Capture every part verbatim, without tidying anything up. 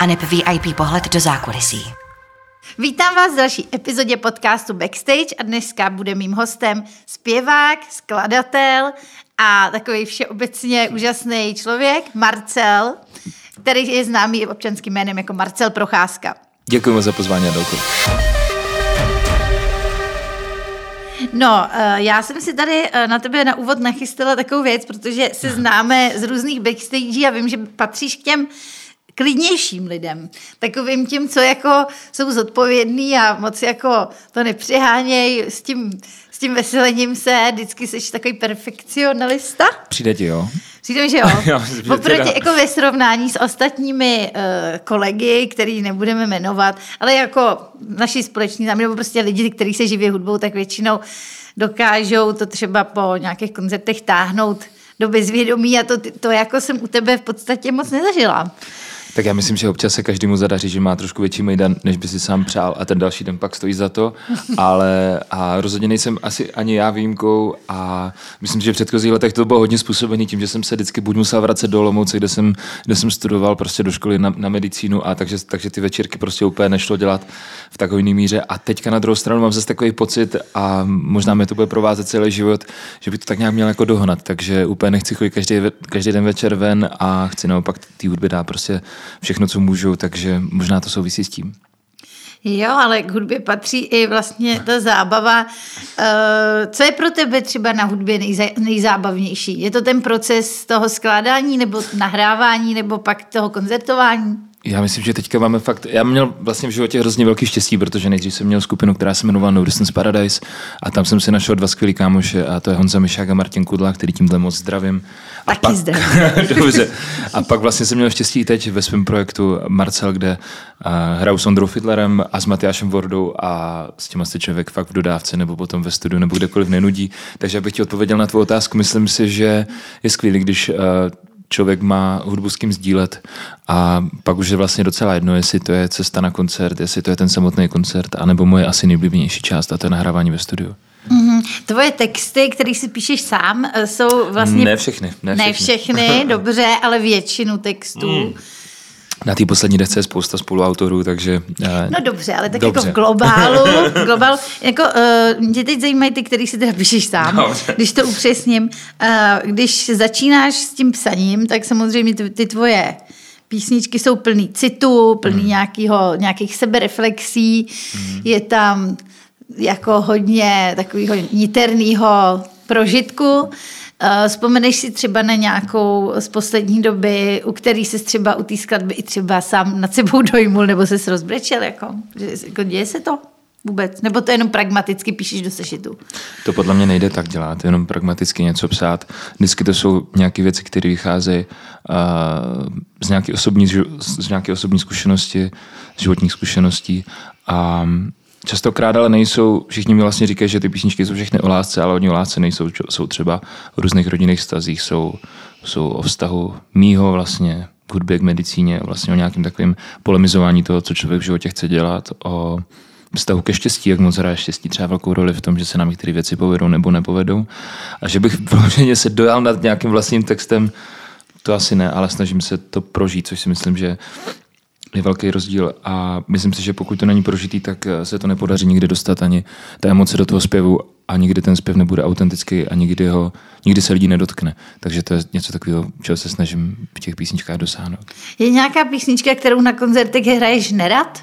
aneb V I P pohled do zákulisí. Vítám vás v další epizodě podcastu Backstage a dneska bude mým hostem zpěvák, skladatel a takový všeobecně úžasný člověk, Marcel, který je známý občanským jménem jako Marcel Procházka. Děkuji za pozvání, Adelko. No, já jsem si tady na tebe na úvod nachystala takovou věc, protože se známe z různých backstage a vím, že patříš k těm klidnějším lidem. Takovým tím, co jako jsou zodpovědný a moc jako to nepřiháněj s tím, s tím veselením se, vždycky jsi takový perfekcionalista. Přijde ti, jo? Přijde mi, že jo. Oproti jako ve srovnání s ostatními uh, kolegy, který nebudeme jmenovat, ale jako naši společní známí, nebo prostě lidi, kteří se živí hudbou, tak většinou dokážou to třeba po nějakých koncertech táhnout do bezvědomí a to, to jako jsem u tebe v podstatě moc nezažila. Tak já myslím, že občas se každému zadaří, že má trošku větší mejdan, než by si sám přál a ten další den pak stojí za to, ale a rozhodně nejsem asi ani já výjimkou a myslím, že v předchozích letech to bylo hodně způsobený tím, že jsem se vždycky buď musel vracet do Olomouce, kde jsem, kde jsem studoval prostě do školy na, na medicínu a takže, takže ty večírky prostě úplně nešlo dělat v takové míře a teďka na druhou stranu mám zase takový pocit a možná mě to bude provázet celý život, že by to tak nějak měl jako dohnat, takže úplně nechci chodit každý, každý den večer ven a chci naopak té hudbě dát prostě všechno, co můžu, takže možná to souvisí s tím. Jo, ale k hudbě patří i vlastně ta zábava. Co je pro tebe třeba na hudbě nejzá, nejzábavnější? Je to ten proces toho skládání, nebo nahrávání, nebo pak toho koncertování? Já myslím, že teďka máme fakt, já měl vlastně v životě hrozně velký štěstí, protože nejdřív jsem měl skupinu, která se jmenovala No Distance Paradise a tam jsem si našel dva skvělý kámoše a to je Honza Mišák a Martin Kudla, který tímhle moc zdravím. A Taky pak, zdravím. Dobře. A pak vlastně jsem měl štěstí teď ve svém projektu Marcel, kde uh, hraju s Ondrou Fidlerem a s Matyášem Vordou a s těma se člověk fakt v dodávce nebo potom ve studiu nebo kdekoliv nenudí. Takže abych ti odpověděl na tvou otázku, myslím si, že je skvělý, když uh, člověk má hudbu s kým sdílet a pak už je vlastně docela jedno, jestli to je cesta na koncert, jestli to je ten samotný koncert, anebo moje asi nejblíbenější část a to je nahrávání ve studiu. Mm-hmm. Tvoje texty, které si píšeš sám, jsou vlastně... Ne všechny. Ne všechny, ne všechny dobře, ale většinu textů. Mm. Na té poslední desce je spousta spoluautorů, takže... No dobře, ale tak dobře. jako v globálu, globál, jako uh, mě teď zajímají ty, který si teda píšeš sám, dobře. Když to upřesním. Uh, když začínáš s tím psaním, tak samozřejmě ty, ty tvoje písničky jsou plný citu, plný hmm. nějakýho, nějakých sebereflexí, hmm. je tam jako hodně takového niterného prožitku. Vzpomeneš si třeba na nějakou z poslední doby, u který se třeba u té skladby i třeba sám nad sebou dojmul, nebo se rozbrečel, jako, že, jako děje se to vůbec? Nebo to jenom pragmaticky píšeš do sešitu? To podle mě nejde tak dělat, jenom pragmaticky něco psát. Vždycky to jsou nějaké věci, které vycházejí uh, z nějaké osobní, z nějaké osobní zkušenosti, z životních zkušeností a um, častokrát ale nejsou, všichni mi vlastně říkají, že ty písničky jsou všechny o lásce, ale oni o lásce nejsou, jsou třeba o různých rodinných vztazích, jsou, jsou o vztahu mýho vlastně k hudbě, k medicíně, vlastně o nějakém takovém polemizování toho, co člověk v životě chce dělat, o vztahu ke štěstí, jak moc hraje štěstí třeba velkou roli v tom, že se nám některé věci povedou nebo nepovedou. A že bych vloženě se dojal nad nějakým vlastním textem, to asi ne, ale snažím se to prožít, což si myslím, že je velký rozdíl a myslím si, že pokud to není prožitý, tak se to nepodaří nikdy dostat ani ta emoce do toho zpěvu a nikdy ten zpěv nebude autentický a nikdy, ho, nikdy se lidí nedotkne. Takže to je něco takového, čeho se snažím v těch písničkách dosáhnout. Je nějaká písnička, kterou na koncertech hraješ nerad?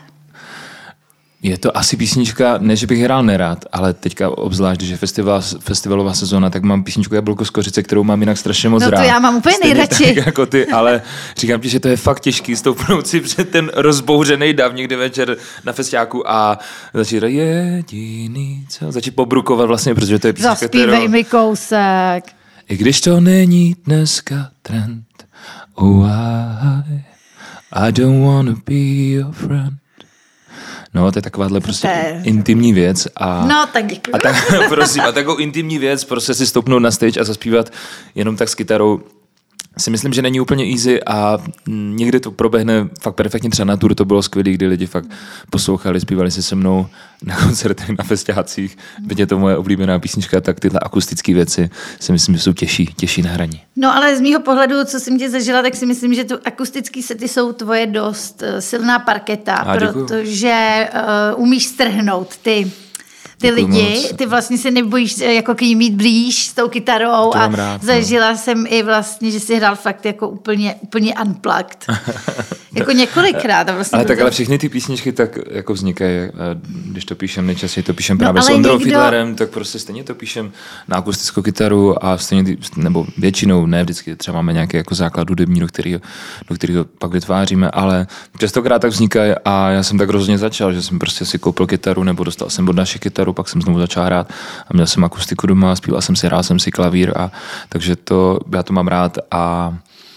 Je to asi písnička, ne, že bych hrál nerad, ale teďka obzvlášť, když je festival, festivalová sezóna, tak mám písničku Jablko z kořice, kterou mám jinak strašně moc rád. rád. No to já mám úplně Stejně nejradši. Tak jako ty, ale říkám ti, že to je fakt těžký stoupnout si před ten rozbouřený dav někdy večer na festiáku a začít jediný, co? Začít pobrukovat vlastně, protože to je písnička, Zaspívej kterou... mi kousek. I když to není dneska trend, oh I, I don't wanna be your friend. No, to je takováhle prostě je... intimní věc. A, no, tak děkuji. A, tak, prosím, a takovou intimní věc, prostě si stoupnout na stage a zaspívat jenom tak s kytarou, si myslím, že není úplně easy a někdy to proběhne fakt perfektně. Třeba na tour to bylo skvělé, kdy lidi fakt poslouchali, zpívali si se mnou na koncertech, na festiácích. Teď je to moje oblíbená písnička, tak tyhle akustické věci si myslím, že jsou těžší, těžší na hraní. No ale z mýho pohledu, co jsem tě zažila, tak si myslím, že tu akustické sety jsou tvoje dost silná parketa, a, protože uh, umíš strhnout ty Ty Děkuji lidi, moc. Ty vlastně se nebojíš jako k ní mít blíž s tou kytarou to a rád, zažila no. jsem i vlastně, že jsi hrál fakt jako úplně, úplně unplugged. Jako několikrát. A vlastně ale tak to... ale všechny ty písničky tak jako vznikají, když to píšem, nejčastěji to píšem právě no, s Ondrou někdo... Fiedlerem, tak prostě stejně to píšem na akustickou kytaru a stejně, nebo většinou, ne vždycky, třeba máme nějaký jako základ hudební, do kterého, do kterého pak vytváříme, ale častokrát tak vznikají a já jsem tak rozhodně začal, že jsem prostě si koupil kytaru nebo dostal jsem od naše kytaru, pak jsem znovu začal hrát a měl jsem akustiku doma, zpíval jsem si, hrál jsem si klavír a takže to, já to mám rád a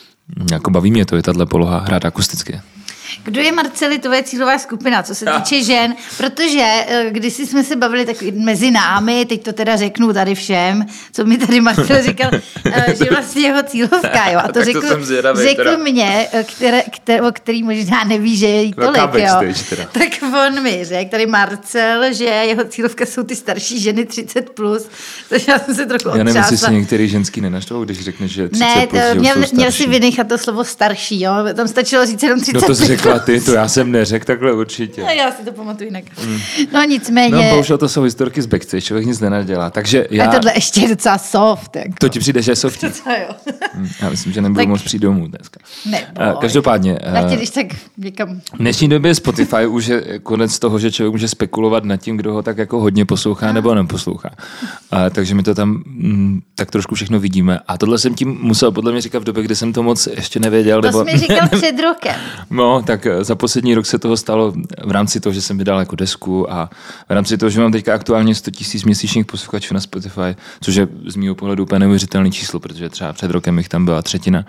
jako baví mě to, je tato poloha hrát akusticky. Kdo je, Marceli, tvoje cílová skupina, co se týče žen? Protože když jsme se bavili tak mezi námi, teď to teda řeknu tady všem, co mi tady Marcel říkal, že vlastně jeho cílovka, jo. A to řekl, to zvědavý, řekl mě, které, které, o který možná neví, že je jí tolik, jo. Tak on mi řekl, tady Marcel, že jeho cílovka jsou ty starší ženy třicet plus, takže já jsem se trochu odřásla. Já nevím, jestli si některý ženský nenaštvou, když řekneš, že třicet ne, plus, měl, měl si vynechat to slovo starší, jo. Tam stačilo říct jenom třicet plus. Řekla ty, to já jsem neřekl takhle určitě. No, já si to pamatuju jinak. Mm. No nicméně... No bohužel to jsou historky z backstage, člověk nic nenadělá. Takže já... A tohle ještě je docela soft. Jako. To ti přijde, že je soft? Docela jo. Mm, já myslím, že nebudu tak... moc přijít domů dneska. Ne, uh, každopádně... Uh, když tak někam... V dnešní době Spotify už je konec toho, že člověk může spekulovat nad tím, kdo ho tak jako hodně poslouchá nebo neposlouchá. Uh, takže my to tam mm, tak trošku všechno vidíme. A tohle jsem tím musel podle mě říkat v době, kdy jsem to moc ještě nevěděl. To nebo... jsi mi říkal před rokem. No, tak za poslední rok se toho stalo v rámci toho, že jsem vydal jako desku a v rámci toho, že mám teďka aktuálně sto tisíc měsíčních posluchačů na Spotify, což je z mého pohledu úplně neuvěřitelné číslo, protože třeba před rokem jich tam byla třetina.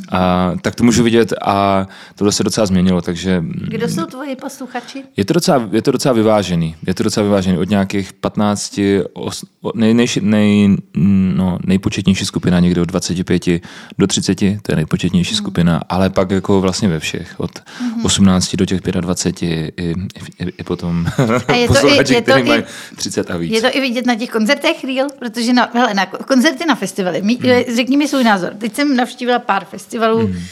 A tak to můžu vidět a tohle se docela změnilo, takže... Kdo jsou tvoji posluchači? Je to docela, je to docela vyvážený. Je to docela vyvážený. Od nějakých patnácti, nej, nej, nej, no, nejpočetnější skupina někde od dvacet pět do třiceti, to je nejpočetnější mm. skupina, ale pak jako vlastně ve všech. Od mm-hmm. osmnácti do těch dvacet pět i, i, i potom posluchači, kteří mají třicet a víc. Je to i vidět na těch koncertech real, protože na, hele, na koncerty na festivaly. Mí, mm. Řekni mi svůj názor. Teď jsem navštívila pár festivalů mm.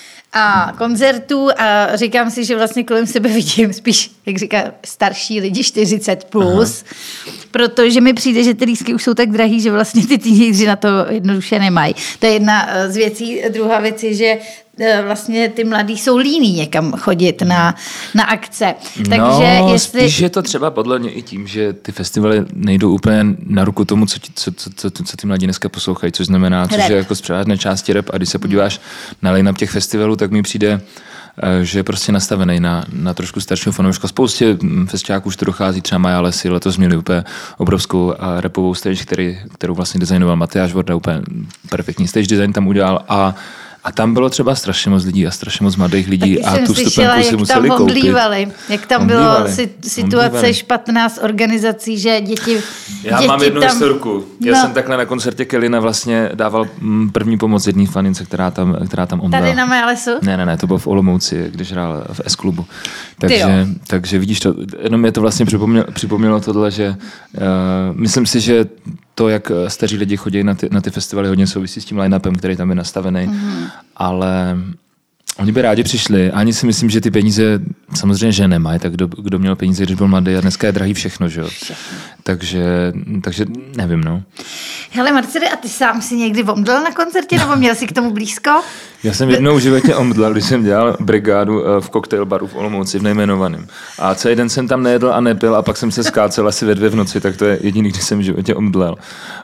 a koncertů a říkám si, že vlastně kolem sebe vidím spíš, jak říká, starší lidi čtyřicet plus, aha. protože mi přijde, že ty lístky už jsou tak drahý, že vlastně ty teenageři na to jednoduše nemají. To je jedna z věcí. Druhá věc je, že vlastně ty mladí jsou líní někam chodit na, na akce. Takže no, jestli... spíš je to třeba podle mě i tím, že ty festivaly nejdou úplně na ruku tomu, co, co, co, co, co ty mladí dneska poslouchají, což znamená, což je jako z převážné části rap a když se podíváš na line-up těch festivalů, tak mi přijde, že je prostě nastavený na, na trošku staršího fanouška. Spoustě festiáků už to dochází, třeba Maja Lesy, letos měli úplně obrovskou rapovou stage, který, kterou vlastně designoval Matyáš Vorda, úplně perfektní stage design tam udělal a A tam bylo třeba strašně moc lidí a strašně moc mladých lidí a tu vstupenku si museli koupit. Omdlívali, jak tam omdlívali. Bylo situace omdlívali. Špatná z organizací, že děti Já děti mám jednu tam... historku. Já no. jsem takhle na koncertě Kellyna vlastně dával první pomoc jedné fanince, která tam, která tam omdlela. Tady na Majalesu? Ne, ne, ne, to bylo v Olomouci, když hrál v S-klubu. Takže, takže vidíš to, jenom mě to vlastně připomnělo, připomnělo tohle, že uh, myslím si, že to, jak staří lidi chodí na ty, na ty festivaly, hodně souvisí s tím line-upem, který tam je nastavený, mm-hmm. ale oni by rádi přišli. Ani si myslím, že ty peníze samozřejmě, že nemají, tak kdo, kdo měl peníze, když byl mladý a dneska je drahý všechno, že jo. Takže, takže nevím, no. Hele Marceli, a ty sám si někdy omdlel na koncertě, nebo měl jsi k tomu blízko? Já jsem jednou v životě omdlel, když jsem dělal brigádu v koktejl baru v Olomouci v nejmenovaném. A celý den jsem tam nejedl a nepil a pak jsem se skácel asi ve dvě v noci, tak to je jediný, když jsem v životě omdlel.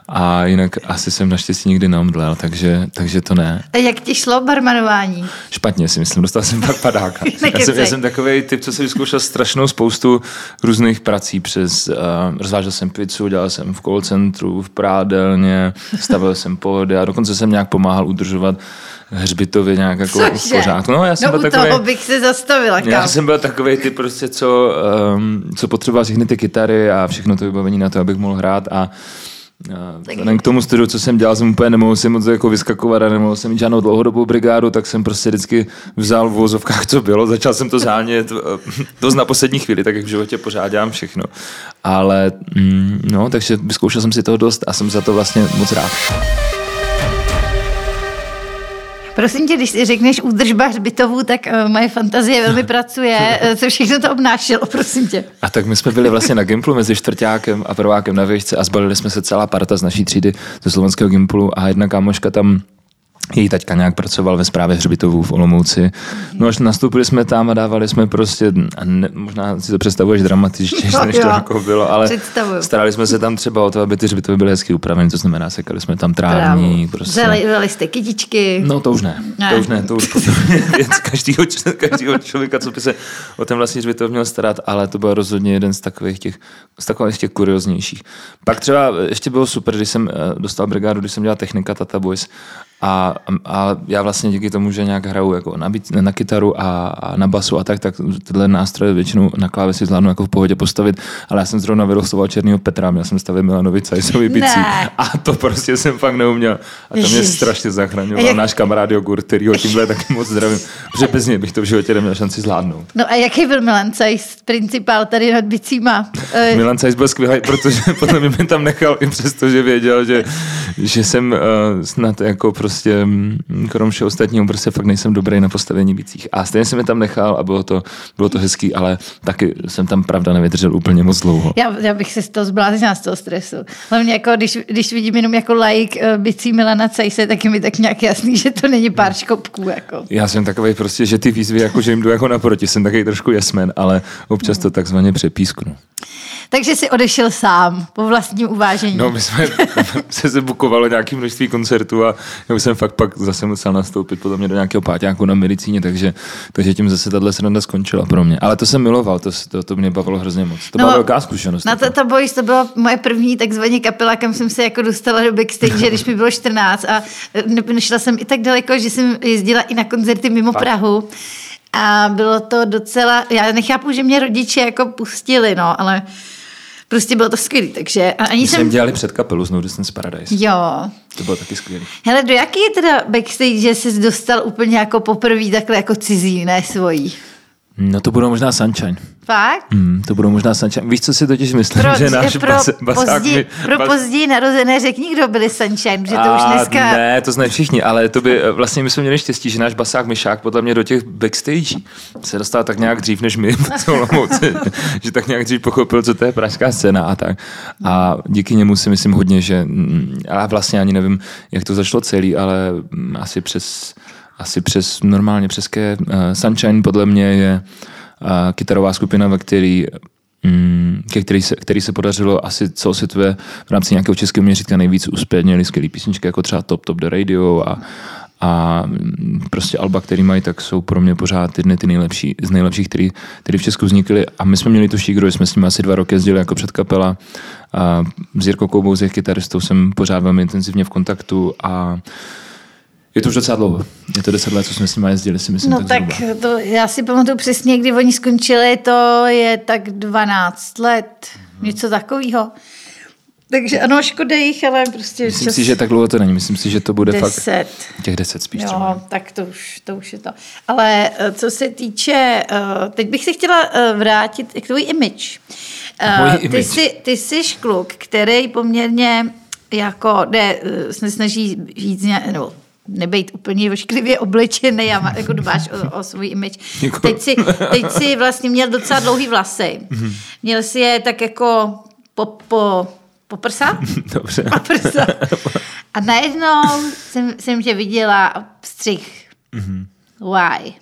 A jinak asi jsem naštěstí nikdy neomdlel, takže, takže to ne. A jak ti šlo barmanování? Špatně si myslím, dostal jsem pak padáka. já, jsem, já jsem takovej typ, co si vyzkoušel strašnou spoustu různých prací přes, uh, rozvážel jsem pizzu, dělal jsem v call centru, v prádelně, stavil jsem pohody a dokonce jsem nějak pomáhal udržovat hřbitově nějak jako v pořádku. No, já jsem no byl u takovej, toho bych se zastavila. Kam? Já jsem byl takovej typ prostě, co, um, co potřeboval všechny ty kytary a všechno to vybavení na to, abych mohl hrát a Vzhledem k tomu studiu, co jsem dělal, jsem úplně nemohl si moc jako vyskakovat a nemohl jsem mít žádnou dlouhodobou brigádu, tak jsem prostě vždycky vzal v vozovkách, co bylo. Začal jsem to zánět dost na poslední chvíli, tak jak v životě pořád dělám všechno. Ale no, takže vyzkoušel jsem si toho dost a jsem za to vlastně moc rád. Prosím tě, když si řekneš údržba hřbitovů, tak uh, moje fantazie velmi pracuje. Co všechno to obnášelo, prosím tě. A tak my jsme byli vlastně na Gimplu mezi čtvrťákem a prvákem na výšce a zbalili jsme se celá parta z naší třídy ze slovenského Gimplu a jedna kámoška tam její taťka nějak pracoval ve správě hřbitovů v Olomouci. No až nastoupili jsme tam a dávali jsme prostě, a ne, možná si to představuješ dramatičtěji, no, než to jako bylo, ale představuju. Starali jsme se tam třeba o to, aby ty hřbitovy byly hezky upraveny, to znamená, sekali jsme tam trávník. Prostě. Zali jste kytičky. No to už ne, ne. to už ne, to už potom je věc každýho, každýho člověka, co by se o ten vlastní hřbitov měl starat, ale to byl rozhodně jeden z takových těch, z takových těch kurioznějších. Pak třeba ještě bylo super, když jsem dostal brigádu, když jsem dělal technika Tata Boys, A, a já vlastně díky tomu, že nějak hraju jako na, bit, na kytaru a, a na basu a tak, tak tyhle nástroje většinou na klávesi zvládnu jako v pohodě postavit, ale já jsem zrovna vyrostoval Černýho Petra, měl jsem stavit Milanovi Cajsovi bicí a to prostě jsem fakt neuměl. A to mě strašně zachraňoval jak... náš kamarád Jogurt, kterýho tímhle taky moc zdravím, protože bez něj bych to v životě neměl šanci zvládnout. No a jaký byl Milan Cajs, principál tady nad bicíma? Milan Cajs byl skvělý, protože podle mě mě tam nechal i přesto, že věděl, že, že jsem uh, snad jako prostě prostě krom všeho ostatního prostě fakt nejsem dobrý na postavení bicích. A stejně jsem je tam nechal a bylo to, bylo to hezký, ale taky jsem tam pravda nevydržel úplně moc dlouho. Já, já bych se z toho zbláznila, z toho stresu. Hlavně jako, když, když vidím jenom jako like bicí Milana Cajse, tak je mi tak nějak jasný, že to není pár škopků. Jako. Já jsem takovej prostě, že ty výzvy, jako, že jim jdu jako naproti, jsem takový trošku jesmen, ale občas to takzvaně přepísknu. Takže jsi odešel sám, po vlastním uvážení. No, my jsme se zabukovalo nějaké množství koncertů a já jsem fakt pak zase musel nastoupit podle mě do nějakého páťáku na medicíně, takže, takže tím zase tato sranda skončila pro mě. Ale to jsem miloval, to, to, to mě bavilo hrozně moc. To no, byla velká zkušenost. Na Tata Boys to byla moje první takzvaně kapela, kam jsem se jako dostala do backstage, když mi bylo čtrnáct a nešla jsem i tak daleko, že jsem jezdila i na koncerty mimo fakt? Prahu. A bylo to docela, já nechápu, že mě rodiče jako pustili, no, ale prostě bylo to skvělý, takže ani My jsem... jsme dělali před kapelu z No Distance Paradise. Jo. To bylo taky skvělý. Hele, do jaký je teda backstage, že jsi dostal úplně jako poprvé takhle jako cizí, ne svojí? No to budou možná Sunshine. Fakt? Mm, to budou možná Sunshine. Víš, co si totiž myslím, pro, že náš pro bas, basák... Pozdí, mi, pro bas... později narozené řekni, kdo byli Sunshine, že to A už dneska... Ne, to znají všichni, ale to by, vlastně my jsme měli štěstí, že náš basák Myšák podle mě do těch backstage se dostal tak nějak dřív než my, že tak nějak dřív pochopil, co to je pražská scéna a tak. A díky němu si myslím hodně, že já vlastně ani nevím, jak to začalo celý, ale asi přes, asi přes normálně přeské uh, Sunshine podle mě je uh, kytarová skupina, ve který Mm, ke který se, který se podařilo asi celosvětově v rámci nějakého českého měřítka nejvíc uspět. Měli skvělý písničky jako třeba Top Top The Radio a, a prostě alba, který mají, tak jsou pro mě pořád jedny ty nejlepší, z nejlepších, který, který v Česku vznikly. A my jsme měli tu štígru, jsme s nimi asi dva roky jezdili jako předkapela. A s Jirkou Koubou, s jejich kytaristou, jsem pořád velmi intenzivně v kontaktu a je to už docela dlouho. Je to deset let, co jsme s nimi jezdili, si myslím. No tak, tak to, já si pamatuju přesně, kdy oni skončili, to je tak dvanáct let, mm-hmm. něco takového. Takže ano, škoda jich, ale prostě... Myslím čas... si, že tak dlouho to není. Myslím si, že to bude deset. Fakt těch deset spíš. Jo, třeba. tak to už, to už je to. Ale co se týče... Teď bych se chtěla vrátit k tvůj image. Můj ty, image. jsi, ty jsi kluk, který poměrně jako jde, se snaží jít nějak... No, nebejt úplně ošklivě oblečený a jako dbáš o, o svůj image. Teď si, teď si vlastně měl docela dlouhý vlasy. Mm-hmm. Měl si je tak jako po, po, po prsa? Dobře. Po prsa. A najednou jsem, jsem tě viděla a střih. Mm-hmm. Why?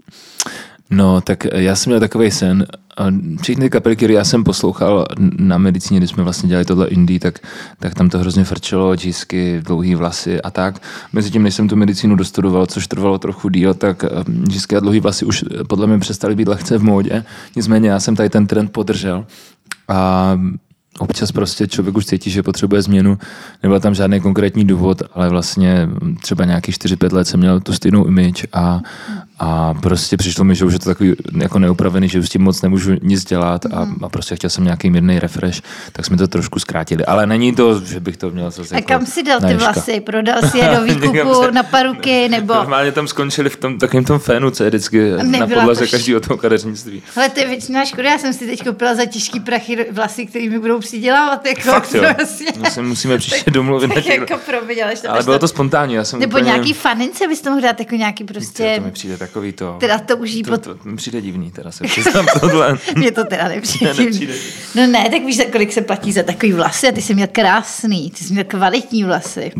No, tak já jsem měl takovej sen. Všechny kapely, které já jsem poslouchal na medicíně, když jsme vlastně dělali tohle indie, tak, tak tam to hrozně frčelo, džísky, dlouhý vlasy a tak. Mezitím, než jsem tu medicínu dostudoval, což trvalo trochu díl, tak džísky a dlouhý vlasy už podle mě přestaly být lehce v módě. Nicméně já jsem tady ten trend podržel. A občas prostě člověk už cítí, že potřebuje změnu, nebyl tam žádný konkrétní důvod, ale vlastně třeba nějakých čtyři pět let jsem měl tu stejnou image a, a prostě přišlo mi, že už je to takový jako neupravený, že už s tím moc nemůžu nic dělat a, a prostě chtěl jsem nějaký mírný refresh, tak jsme to trošku zkrátili. Ale není to, že bych to měl zase. A jako kam si dal ty vlasy? Prodal si je do výkupu se, na paruky nebo? Normálně tam skončili v tom takovém tom fénu, co je vždycky na podlaze každého toho kadeřnictví. Ale to je většiná škoda, já jsem si teď koupila za těžký prachy vlasy, který mi budou přidělávat. Jako, fakt jo, no, se musíme příště domluvit. Tak jako providěla, to ale bylo to spontánní. Já jsem nebo úplně... nějaký fanince bys to mohl dát jako nějaký prostě... To mi přijde takový to... Teda to uží to, pod... to, to mi přijde divný, teda se přiznám tohle. Mně to teda nepřijde divný. No ne, tak víš, kolik se platí za takový vlasy a ty jsi měl krásný, ty jsi měl kvalitní vlasy.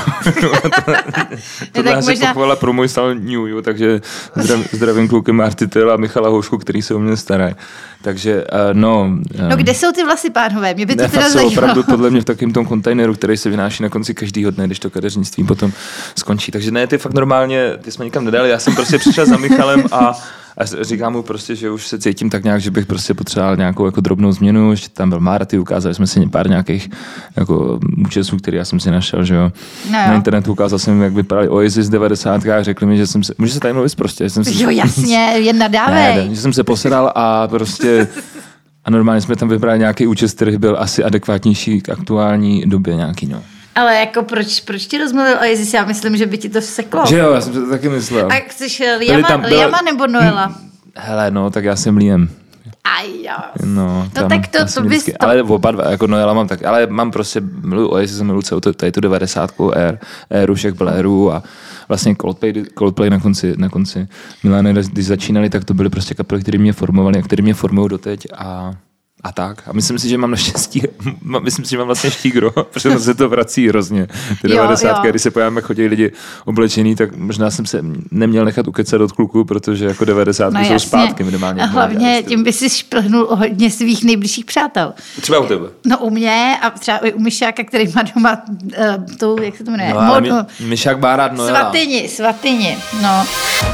Tohle já si možná... pochvala pro můj stal New You, takže zdrav, zdravím kluky Marty Tyl a Michala Houšku, který se o mě starají. Takže, uh, no... Um, no kde jsou ty vlasy, pánové? Mě by to ne, teda jsou zajímalo. Opravdu podle mě v takovém tom kontejneru, který se vynáší na konci každého dne, když to kadeřnictví potom skončí. Takže ne, ty fakt normálně, ty jsme nikam nedali. Já jsem prostě přišel za Michalem a, a říkám mu prostě, že už se cítím tak nějak, že bych prostě potřeboval nějakou jako drobnou změnu. Že tam byl Marty, ukázali jsme si pár nějakých jako účesů, který já jsem si našel, že jo. No jo. Na internetu ukázal jsem, jak vypadali Oasis v devadesátkách, řekli mi, že jsem se, může se tady mluvit prostě. Jsem si, jo, jasně, jen nadávej. Ne, že jsem se posedal a prostě a normálně jsme tam vybrali nějaký účes, který byl asi adekvátnější k aktuální době nějaký, no. Ale jako proč, proč ti rozmluvil Oasis? Já myslím, že by ti to vseklo. Že jo, já jsem to taky myslel. A chceš Liama, tam, byla... Liama nebo Noela? Hele, no, tak já jsem Liam. Aj jo. No, no tak to, to bys to... Ale oba dva, jako Noela mám tak, ale mám prostě, miluji Oasis, miluji celou tady tu devadesátku, ér, éru všech Blairů a vlastně Coldplay, Coldplay na konci, na konci Milány, když začínali, tak to byly prostě kapely, které mě formovaly a které mě formují doteď a A tak. A myslím si, že mám naštěstí, myslím si, že mám vlastně štígro, protože se to vrací hrozně. Ty devadesátky, když se pojďme, jak chodí lidi oblečený, tak možná jsem se neměl nechat ukecat od kluků, protože jako devadesátky no, jsou zpátky minimálně. A hlavně tím by si šplhnul o hodně svých nejbližších přátel. Třeba u tebe. No u mě a třeba u Myšáka, který má doma uh, tu, jak se to jmenuje? No, Mod, my, Myšák má rád Noela. Svatyni, svatyni, no.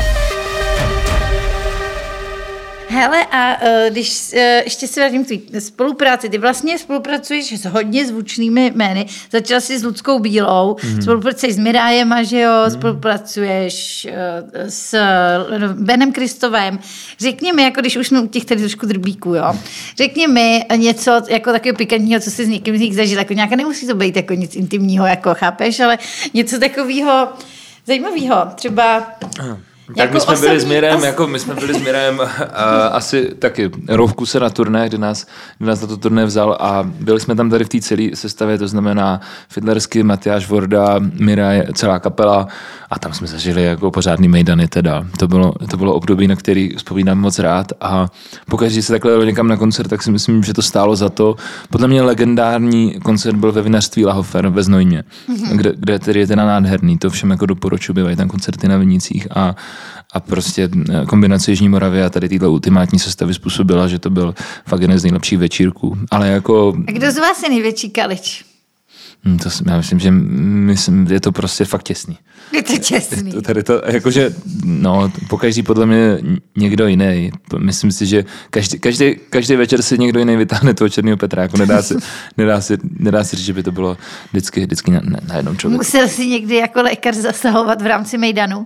Hele, a uh, když uh, ještě se vrátím k tvý spolupráci, ty vlastně spolupracuješ s hodně zvučnými jmény. Začala jsi s Ludskou Bílou, mm. spolupracuješ s Mirájem, že jo, mm. spolupracuješ uh, s uh, Benem Kristovem. Řekni mi, jako když už jsme u těch tady trošku drbíků, jo, řekni mi něco jako takového pikantního, co jsi s někým z nich zažil, jako nějaká nemusí to být jako nic intimního, jako chápeš, ale něco takového zajímavého, třeba... Tak jako my jsme byli s Mirem, os... jako my jsme byli s Mirem a asi taky rok v kuse na turné, kdy nás, kdy nás na to turné vzal a byli jsme tam tady v té celé sestavě, to znamená Fidlersky, Matyáš Vorda, Miraj, celá kapela a tam jsme zažili jako pořádný mejdany teda. To bylo, to bylo období, na který vzpomínám moc rád a pokud když se takhle jel někam na koncert, tak si myslím, že to stálo za to. Podle mě legendární koncert byl ve vinařství Lahofer ve Znojmě, mm-hmm. kde, kde tedy je teda nádherný, to všem jako doporučuji, bývají tam koncerty na Vinicích a A prostě kombinace Jižní Moravy a tady tyhle ultimátní sestavy způsobila, že to byl fakt jeden z nejlepších večírků. Ale jako... A kdo z vás je největší kalič? Hmm, to, já myslím, že myslím, je to prostě fakt těsný. Je to těsný. Je to tady to, jakože, no, pokaždý podle mě někdo jiný. Myslím si, že každý, každý, každý večer si někdo jiný vytáhne toho Černýho Petra. Jako nedá, se, nedá, se, nedá se říct, že by to bylo vždycky, vždycky na, na jednom člověku. Musel jsi někdy jako lékař zasahovat v rámci mejdanu?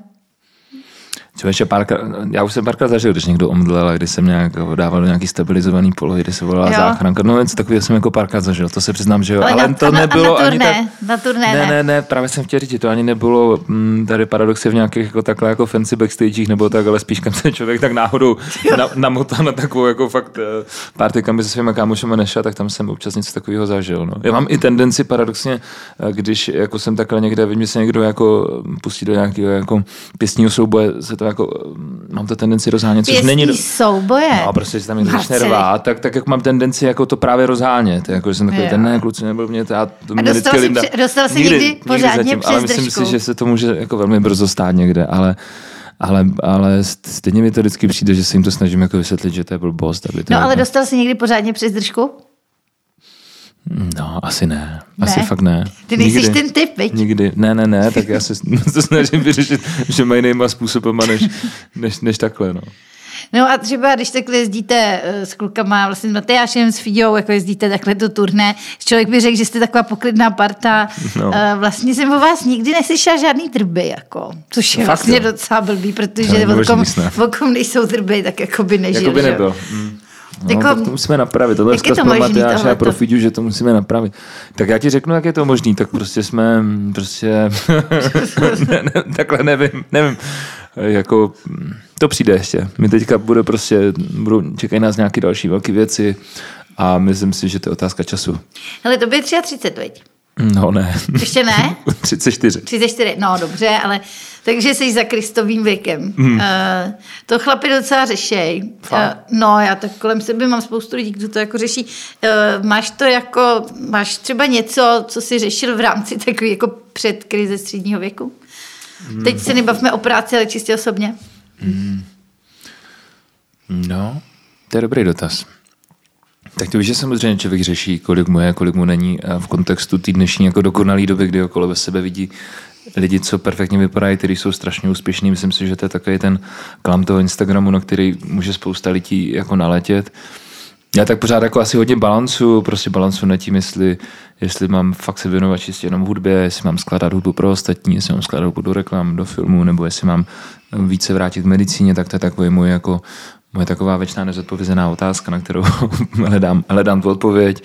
Člověče, párkrát, já už jsem párkrát zažil, když někdo omdlel, když jsem nějak dával do nějaký stabilizovaný polohy, kdy se volala záchranka. No něco takového jsem jako párkrát zažil, to se přiznám, že jo. Ale, ale na, to na, nebylo na turné, ani tak... Na turné, ne, ne, ne, právě jsem chtěl říct, to ani nebylo m, tady paradoxně v nějakých jako takhle jako fancy backstagech nebo tak, ale spíš kam se člověk tak náhodou na, namotal na takovou jako fakt party, kam by se svýma kámošema nešel, tak tam jsem občas něco takového zažil. No. Já mám i tendenci paradoxně, když jako jsem takhle někde, vidím, že se někdo jako pustí do nějakého jako pěstního souboje, se to jako mám to tendenci rozhánět, což není... Pěstní souboje? No, prostě se tam někdo začne rvát, tak, tak jak mám tendenci jako to právě rozhánět. Jako, že jsem takový, ten ne, kluci, nebyl mě, to, to mě dostal, Linda. Při, dostal jsi někdy, někdy pořádně zatím, přes ale držku. myslím si, že se to může jako velmi brzo stát někde, ale ale, ale stejně mi to vždycky přijde, že se jim to snažím jako vysvětlit, že to je blbost. Aby to no, jako... ale dostal jsi někdy pořádně přes držku? No, asi ne. ne. Asi fakt ne. Ty nejsiš ten typ, viď? Nikdy. Ne, ne, ne, tak já se to snažím vyřešit, že mají nejma způsobama než, než, než takhle, no. No a třeba, když takhle jezdíte s klukama, vlastně s Matyášem, s Fíďou, jako jezdíte takhle do turné, člověk by řekl, že jste taková poklidná parta. No. Vlastně jsem o vás nikdy neslyšela žádný trby, jako, což je no, vlastně jo. docela blbý, protože o kom nejsou trby, tak jako by nežil. Jako by nebyl. Mm. No, jako, tak to musíme napravit. Tohle je to pro Matyáše a pro Fíďu, že to musíme napravit. Tak já ti řeknu, jak je to možný. Tak prostě jsme, prostě, ne, ne, takhle nevím, nevím. Jako, to přijde ještě. My teďka bude prostě, budou, čekají nás nějaké další velké věci a myslím si, že to je otázka času. Hele, to by třicet tři, veď? No ne. Ještě ne? třicet čtyři. třicet čtyři, no dobře, ale takže jsi za Kristovým věkem. Hmm. Uh, to chlapi docela řešej. Uh, no já tak kolem sebe mám spoustu lidí, kdo to jako řeší. Uh, máš to jako, máš třeba něco, co jsi řešil v rámci takový jako předkrize středního věku? Hmm. Teď se nebavme o práci, ale čistě osobně. Hmm. No, to je dobrý dotaz. Tak to víš, že samozřejmě člověk řeší, kolik mu je, kolik mu není a v kontextu té dnešní jako dokonalý doby, kdy okolo ve sebe vidí lidi, co perfektně vypadají, kteří jsou strašně úspěšní. Myslím si, že to je takový ten klam toho Instagramu, na který může spousta lidí jako naletět. Já tak pořád jako asi hodně balancu, prostě balancu nad tím, jestli, jestli mám fakt se věnovat čistě jenom hudbě, jestli mám skládat hudbu pro ostatní, jestli mám skládat hudbu do reklam, do filmu, nebo jestli mám více vrátit k medicíně, tak to je takový můj jako moje taková věčná nezodpovězená otázka, na kterou hledám, hledám tu odpověď.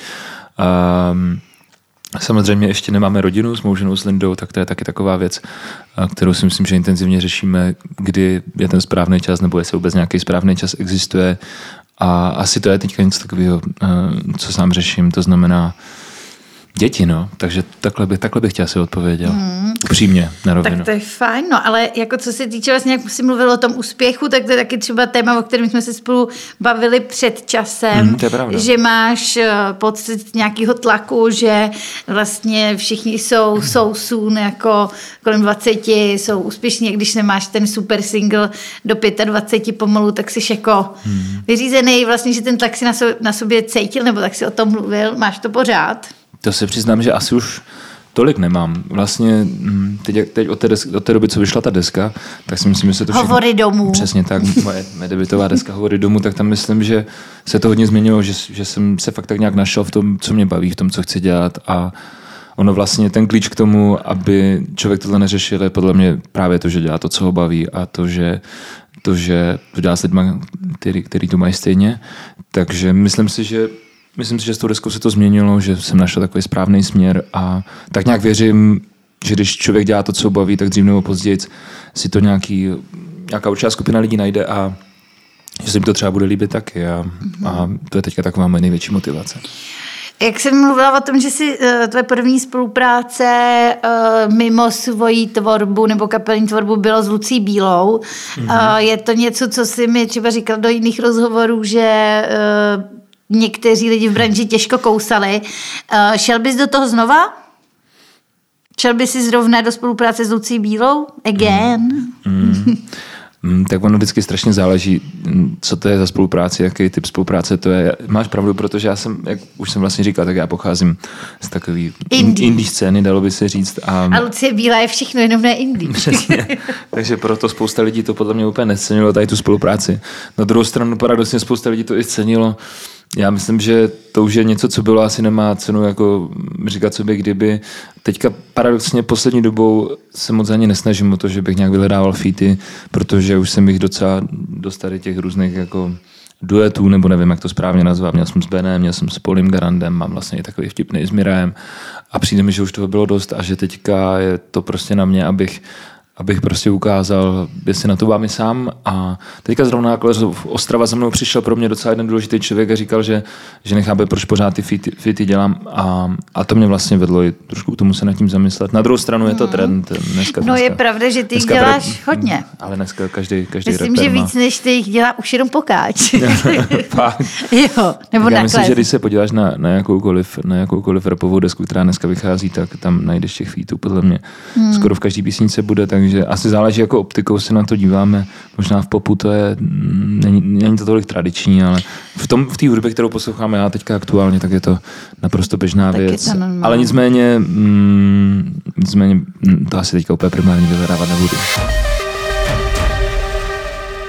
Um, samozřejmě ještě nemáme rodinu s mou ženou s Lindou, tak to je taky taková věc, kterou si myslím, že intenzivně řešíme, kdy je ten správný čas, nebo jestli vůbec nějaký správný čas existuje. A asi to je teďka něco takového, co sám řeším, to znamená děti, no. Takže takhle bych, takhle bych chtěla si odpověděl. Hmm. Upřímně, na rovinu. Tak to je fajn, no, ale jako co se týče vlastně, jak jsi mluvil o tom úspěchu, tak to je taky třeba téma, o kterém jsme se spolu bavili před časem, hmm, to je pravda. Že máš pocit nějakého tlaku, že vlastně všichni jsou so soon, jako kolem dvaceti, jsou úspěšní, když nemáš ten super single do dvaceti pěti pomalu, tak jsi jako hmm. vyřízený, vlastně, že ten tlak si na, so, na sobě cítil, nebo tak si o tom mluvil, máš to pořád? To se přiznám, že asi už tolik nemám. Vlastně teď, teď od, té desk, od té doby, co vyšla ta deska, tak si myslím, že se to všechno... Hovory domů. Přesně tak, moje, moje debutová deska Hovory domů, tak tam myslím, že se to hodně změnilo, že, že jsem se fakt tak nějak našel v tom, co mě baví, v tom, co chci dělat a ono vlastně ten klíč k tomu, aby člověk tohle neřešil, je podle mě právě to, že dělá to, co ho baví a to, že to, že to dělá s lidmi, který, který to mají stejně. Takže myslím si, že Myslím si, že s tou deskou se to změnilo, že jsem našel takový správný směr a tak nějak věřím, že když člověk dělá to, co ho baví, tak dřív nebo později si to nějaký, nějaká určitá skupina lidí najde a že se jim to třeba bude líbit taky a, mm-hmm. a to je teďka taková moje největší motivace. Jak jsem mluvila o tom, že si tvoje první spolupráce uh, mimo svoji tvorbu nebo kapelní tvorbu bylo s Lucí Bílou, mm-hmm. uh, je to něco, co si mi třeba říkal do jiných rozhovorů, že uh, někteří lidi v branži těžko kousali. Uh, šel bys do toho znova? Šel bys si zrovna do spolupráce s Lucí Bílou? Again? Mm. Mm. Tak ono vždycky strašně záleží, co to je za spolupráci, jaký typ spolupráce to je. Máš pravdu, protože já jsem, jak už jsem vlastně říkal, tak já pocházím z takový indie, indie scény, dalo by se říct. A, a Lucie Bílá je všechno, jenom ne indie. Přesně. Takže proto spousta lidí to podle mě úplně necenilo, tady tu spolupráci. Na druhou stranu paradoxně spousta lidí to i cenilo. Já myslím, že to už je něco, co bylo, asi nemá cenu jako říkat sobě kdyby. Teďka paradoxně poslední dobou se moc ani nesnažím o to, že bych nějak vyhledával featy, protože už jsem jich docela dostal těch různých jako duetů, nebo nevím, jak to správně nazvat. Měl jsem s Benem, měl jsem s Polím Garandem, mám vlastně i takový vtipný s Mirajem a přijde mi, že už toho bylo dost a že teďka je to prostě na mě, abych abych prostě ukázal, jestli na to mám i sám. A teďka zrovna jako Ostrava za mnou přišel pro mě docela jeden důležitý člověk a říkal, že, že nechápe, proč pořád ty fity, fity dělám. A, a to mě vlastně vedlo i trošku k tomu se nad tím zamyslet. Na druhou stranu je to trend. Dneska, no dneska, je pravda, že ty jich děláš rap, hodně. Ale dneska každý, každý Myslím, že víc než ty jich dělá už jenom pokáč. Jo, nebo já myslím, že když se podíváš na, na, jakoukoliv, na jakoukoliv rapovou desku, která dneska vychází, tak tam najdeš těch featů. Podle mě hmm. skoro v každý písničce bude, takže že asi záleží, jako optikou se na to díváme. Možná v popu to je, není, není to tolik tradiční, ale v tom, v té hudbě, kterou posloucháme já teďka aktuálně, tak je to naprosto běžná tak věc. Ale nicméně, mm, nicméně to asi teďka úplně primárně vyhledávat nebudu.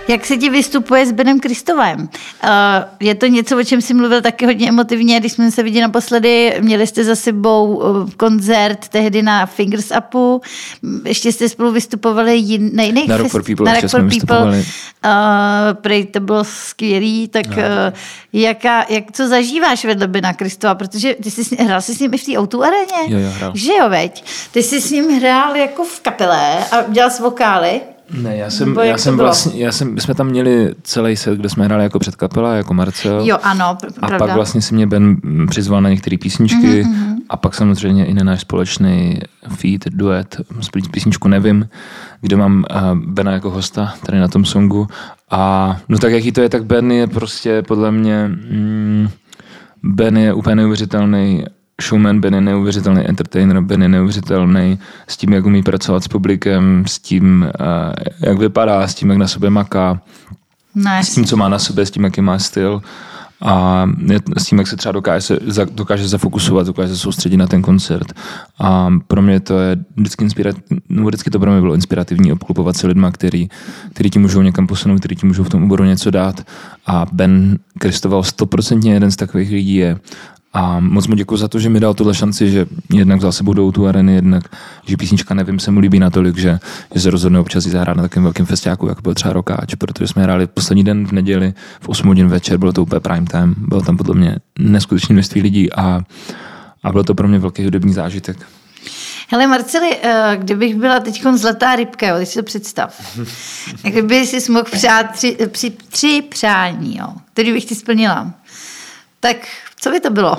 Jak se ti vystupuje s Benem Kristovem? Je to něco, o čem jsi mluvil taky hodně emotivně, když jsme se viděli naposledy, měli jste za sebou koncert tehdy na Fingers Upu, ještě jste spolu vystupovali jin, na jiných na Rock for People, na Rock for People. Uh, prej to bylo skvělý, tak uh, jaká, jak co zažíváš vedle Bena Kristova, protože ty jsi hrál jsi s ním i v té ó dva aréně? Jo, jo, hrál. Že jo, veď? Ty jsi s ním hrál jako v kapele a dělal s vokály? Ne, já jsem, já jsem vlastně, já jsem, my jsme tam měli celý set, kde jsme hráli jako předkapela, jako Marcel. Jo, ano, pr- A pravda. pak vlastně si mě Ben přizval na některé písničky mm-hmm. a pak samozřejmě i na náš společný feat, duet, písničku Nevím, kde mám uh, Bena jako hosta tady na tom songu. A no tak jaký to je, tak Ben je prostě podle mě, mm, Ben je úplně neuvěřitelný showman, Ben je neuvěřitelný entertainer, Ben je neuvěřitelný s tím, jak umí pracovat s publikem, s tím, jak vypadá, s tím, jak na sobě maká, no, s tím, co má na sobě, s tím, jaký má styl a s tím, jak se třeba dokáže, se, dokáže zafokusovat, dokáže se soustředit na ten koncert. A pro mě to je vždycky inspirativní, no vždycky to pro mě bylo inspirativní obklopovat se lidma, který, který ti můžou někam posunout, který ti můžou v tom oboru něco dát. A Ben Kristoval stoprocentně jeden z takových lidí je. A moc mu děkuji za to, že mi dal tuhle šanci, že jednak vzal sebou do tu areny, jednak, že písnička Nevím se mu líbí natolik, že, že se rozhodne občas jít zahrát na takovém velkém festiáku, jako byl třeba Rokáč, protože jsme hráli poslední den v neděli v osm hodin večer, bylo to úplně prime time, bylo tam podle mě neskutečné množství lidí a, a bylo to pro mě velký hudební zážitek. Hele Marceli, kdybych byla teď zlatá rybka, jo, teď si to představ. Kdyby si mohl přát tři, tři, tři přání, jo, který bych ti splnila, tak co by to bylo?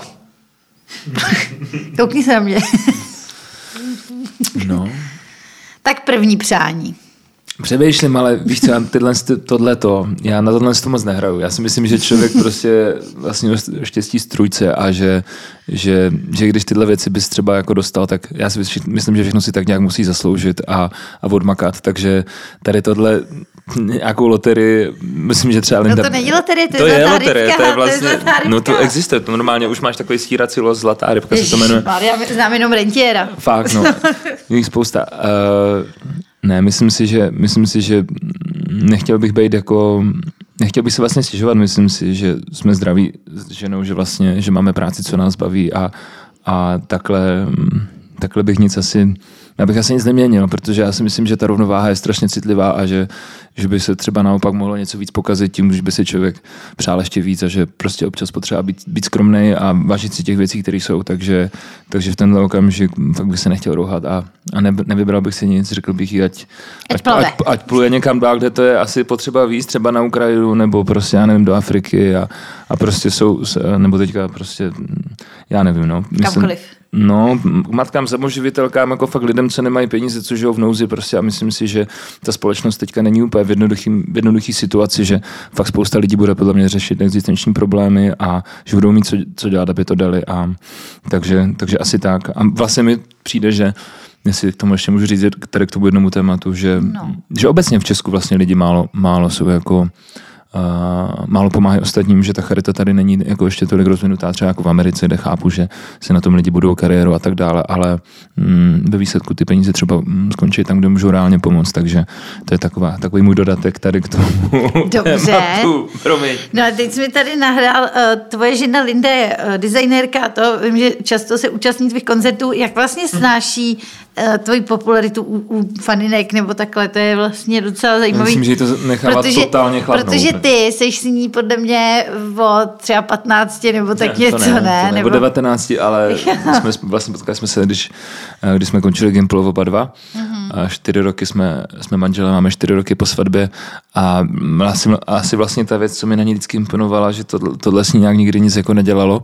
Koukni se na mě. No. Tak první přání. Přemýšlím, ale víš co, tyhle, tohleto, já na tohle to moc nehraju. Já si myslím, že člověk prostě vlastně štěstí strůjce a že, že, že když tyhle věci bys třeba jako dostal, tak já si myslím, že všechno si tak nějak musí zasloužit a, a odmakat. Takže tady tohle nějakou loterii, myslím, že třeba Linda... No to není loterie, to, to je je zlatá loterie, rybka. to je vlastně, to je zlatá rybka. No to existuje, to normálně už máš takový stírací los, zlatá rybka se to jmenuje. Já znám jenom rentiera. Fakt, no. Jich spousta. Uh, ne, myslím si, že, myslím si, že nechtěl bych být jako... Nechtěl bych se vlastně stěžovat, myslím si, že jsme zdraví s ženou, že vlastně, že máme práci, co nás baví a, a takhle, takhle bych nic asi... Já bych asi nic neměnil, protože já si myslím, že ta rovnováha je strašně citlivá a že, že by se třeba naopak mohlo něco víc pokazit tím, že by si člověk přál ještě víc a že prostě občas potřeba být, být skromnej a vážit si těch věcí, které jsou. Takže, takže v tenhle okamžik fakt bych se nechtěl rouhat a, a ne, nevybral bych si nic, řekl bych jí, ať, ať, ať, ať pluje někam dál, kde to je asi potřeba víc, třeba na Ukrajinu nebo prostě, já nevím, do Afriky a, a prostě jsou, nebo teďka prostě, já nevím, no. Myslím, kamkoliv. No, matkám, samoživitelkám, jako fakt lidem, co nemají peníze, co žijou v nouzi prostě a myslím si, že ta společnost teďka není úplně v jednoduchý, v jednoduchý situaci, že fakt spousta lidí bude podle mě řešit existenční problémy a že budou mít co, co dělat, aby to dali a takže, takže asi tak. A vlastně mi přijde, že jestli k tomu ještě můžu říct tady k tomu jednomu tématu, že, no. že obecně v Česku vlastně lidi málo, málo jsou jako Uh, málo pomáhají ostatním, že ta charita tady není jako ještě tolik rozvinutá, třeba jako v Americe, kde chápu, že se na tom lidi budou kariéru a tak dále, ale mm, ve výsledku ty peníze třeba mm, skončí tam, kde můžou reálně pomoct, takže to je taková, takový můj dodatek tady k tomu. Dobře. Promiň. No a teď jsi mi tady nahrál, uh, tvoje žena Linda je uh, designérka a to vím, že často se účastní tvých koncertů, jak vlastně snáší uh, tvoji popularitu u, u faninek nebo takhle, to je vlastně docela zajímavý. Myslím, že to nechává protože, totálně chladnout. Protože ty seš s ní podle mě o třeba patnácti nebo tak ne, něco, ne? ne? ne nebo devatenácti, ale jsme vlastně potkali jsme se, když, když jsme končili Gimplu oba dva. Mm-hmm. A čtyři roky jsme, jsme manželé, máme čtyři roky po svatbě a asi, asi vlastně ta věc, co mi na ní vždycky imponovala, že to, tohle s ní nějak nikdy nic jako nedělalo.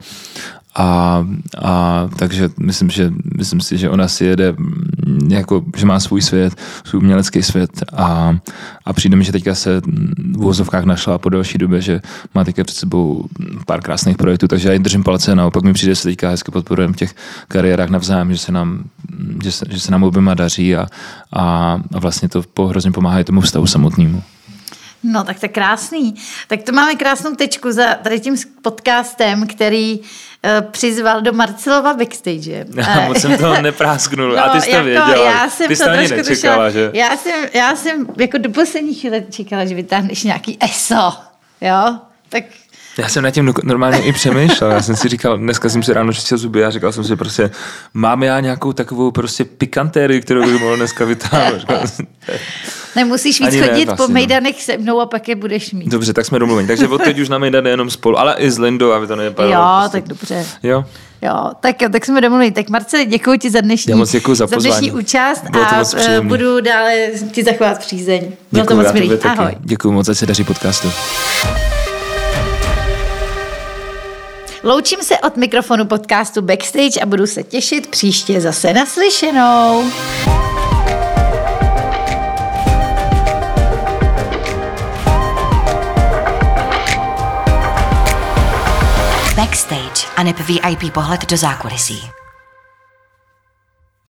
A, a takže myslím, že myslím si, že ona si jede jako, že má svůj svět, svůj umělecký svět a, a přijde mi, že teďka se v uvozovkách našla po delší době, že má teďka před sebou pár krásných projektů, takže já jí držím palce, naopak mi přijde, že se teďka hezky podporujeme v těch kariérách navzájem, že se nám, že se, že se nám oběma daří a, a, a vlastně to hrozně pomáhá i tomu vztahu samotnému. No, tak to je krásný. Tak to máme krásnou tečku za tady tím podcastem, který uh, přizval do Marcelova backstage. Já moc jsem toho neprásknul. No, a ty jsi to jako, věděla. Já jsem ty jsi to ani nečekala, tušila, že? Já jsem, já jsem jako do poslední chvíle čekala, že vytáhneš nějaký eso. Jo? Tak... Já jsem nad tím normálně i přemýšlel. Já jsem si říkal, dneska jsem si ráno čistil zuby a říkal jsem si prostě, mám já nějakou takovou prostě pikantérii, kterou bych mohl dneska vytáhnout. Nemusíš víc chodit ne, vlastně, po mejdanech se mnou a pak je budeš mít. Dobře, tak jsme domluveni. Takže od teď už na mejdany jenom spolu, ale i s Lindou, aby to nevypadalo. Jo, prostě. tak dobře. Jo. Jo, tak jo, tak jsme domluveni. Tak Marceli, děkuji ti za dnešní, Já moc děkuji za, za dnešní účast a budu dále ti zachovat přízeň. Bylo to moc milý. Ahoj. Děkuji moc, ať se daří podcastu. Loučím se od mikrofonu podcastu Backstage a budu se těšit příště zase naslyšenou. Backstage a neb V I P pohled do zákulisí.